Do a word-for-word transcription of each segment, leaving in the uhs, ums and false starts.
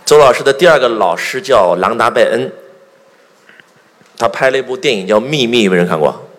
周老师的第二个老师叫朗达·拜恩，他拍了一部电影叫《秘密》，有没有人看过？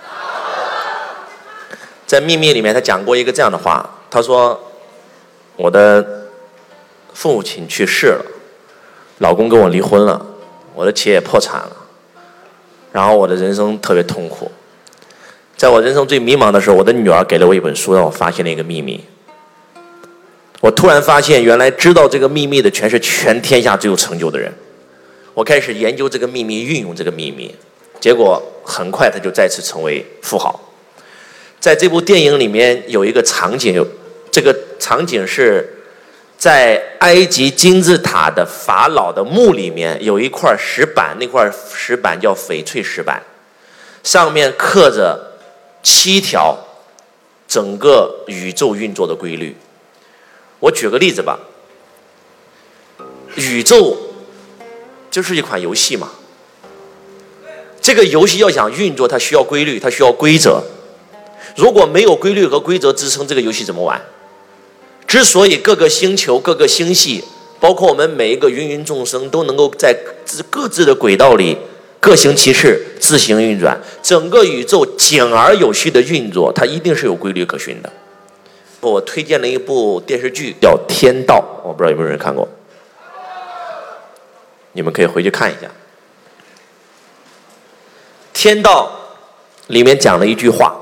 在《秘密》里面，他讲过一个这样的话，他说：“我的父亲去世了，老公跟我离婚了，我的企业破产了，然后我的人生特别痛苦。在我人生最迷茫的时候，我的女儿给了我一本书，让我发现了一个秘密。我突然发现，原来知道这个秘密的全是全天下最有成就的人。我开始研究这个秘密，运用这个秘密，结果很快他就再次成为富豪。在这部电影里面有一个场景，这个场景是在埃及金字塔的法老的墓里面有一块石板，那块石板叫翡翠石板，上面刻着七条整个宇宙运作的规律。我举个例子吧，宇宙就是一款游戏嘛，这个游戏要想运作，它需要规律，它需要规则。如果没有规律和规则支撑，这个游戏怎么玩？之所以各个星球、各个星系，包括我们每一个芸芸众生，都能够在各自的轨道里各行其事，自行运转，整个宇宙井而有序的运作，它一定是有规律可循的。我推荐了一部电视剧叫《天道》，我不知道有没有人看过，你们可以回去看一下。《天道》里面讲了一句话：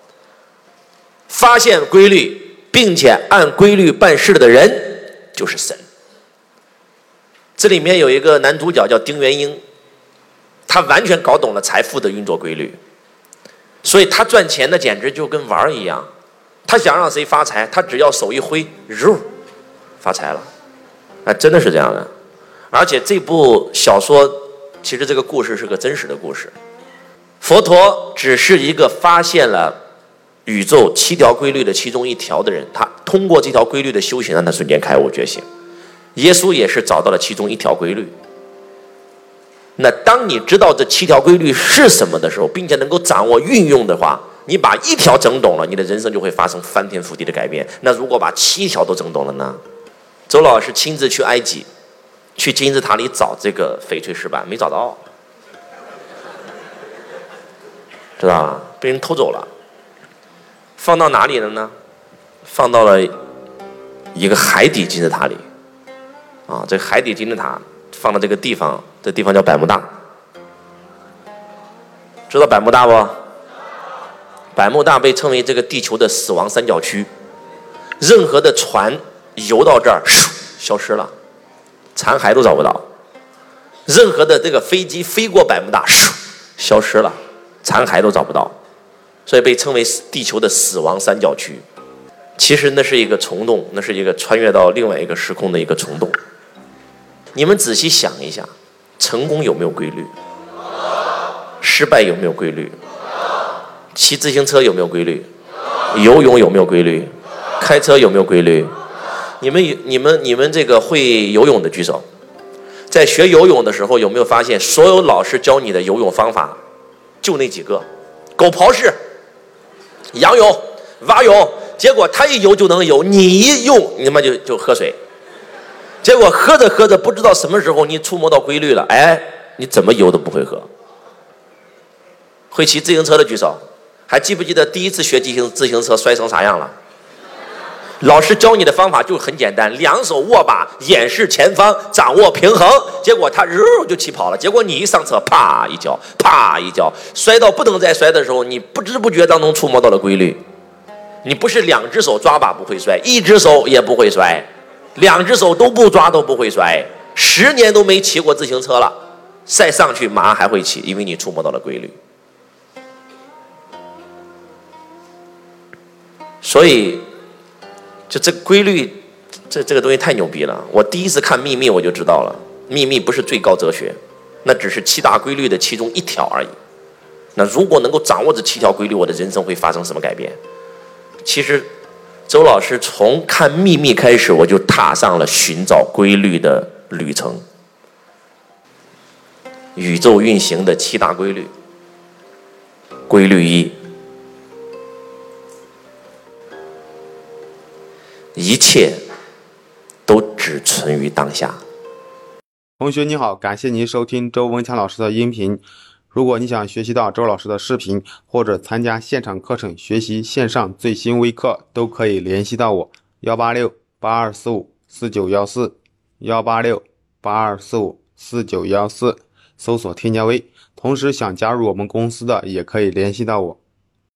发现规律并且按规律办事的人就是神。这里面有一个男主角叫丁元英，他完全搞懂了财富的运作规律，所以他赚钱的简直就跟玩儿一样。他想让谁发财，他只要手一挥，揉，发财了。哎，真的是这样的。而且这部小说其实这个故事是个真实的故事。佛陀只是一个发现了宇宙七条规律的其中一条的人，他通过这条规律的修行，让他瞬间开悟觉醒。耶稣也是找到了其中一条规律。那当你知道这七条规律是什么的时候，并且能够掌握运用的话，你把一条整懂了，你的人生就会发生翻天覆地的改变。那如果把七条都整懂了呢？周老师亲自去埃及，去金字塔里找这个翡翠石板，没找到，知道吧？被人偷走了。放到哪里了呢？放到了一个海底金字塔里。啊，这个海底金字塔放到这个地方，这地方叫百慕大。知道百慕大不？百慕大被称为这个地球的死亡三角区，任何的船游到这儿，消失了，残骸都找不到；任何的这个飞机飞过百慕大，消失了，残骸都找不到，所以被称为地球的死亡三角区。其实那是一个虫洞，那是一个穿越到另外一个时空的一个虫洞。你们仔细想一下，成功有没有规律？失败有没有规律？骑自行车有没有规律？游泳有没有规律？开车有没有规律？你们、你们、你们这个会游泳的举手。在学游泳的时候，有没有发现所有老师教你的游泳方法就那几个？狗刨式、仰泳、蛙泳。结果他一游就能游，你一用你他妈就就喝水。结果喝着喝着，不知道什么时候你触摸到规律了，哎，你怎么游都不会喝。会骑自行车的举手。还记不记得第一次学自行自行车摔成啥样了？老师教你的方法就很简单，两手握把，眼视前方，掌握平衡。结果他揉就起跑了。结果你一上车，啪一跤，啪一跤，摔到不能再摔的时候，你不知不觉当中触摸到了规律。你不是两只手抓把不会摔，一只手也不会摔，两只手都不抓都不会摔。十年都没骑过自行车了，再上去马上还会骑，因为你触摸到了规律。所以，就这规律，这这个东西太牛逼了。我第一次看《秘密》，我就知道了，《秘密》不是最高哲学，那只是七大规律的其中一条而已。那如果能够掌握这七条规律，我的人生会发生什么改变？其实，周老师从看《秘密》开始，我就踏上了寻找规律的旅程。宇宙运行的七大规律，规律一。一切都只存于当下。 同学你好，感谢您收听周文强老师的音频。如果你想学习到周老师的视频，或者参加现场课程学习线上最新微课，都可以联系到我幺八六八二四五四九一四幺八六八二四五四九一四，搜索添加微。同时想加入我们公司的也可以联系到我。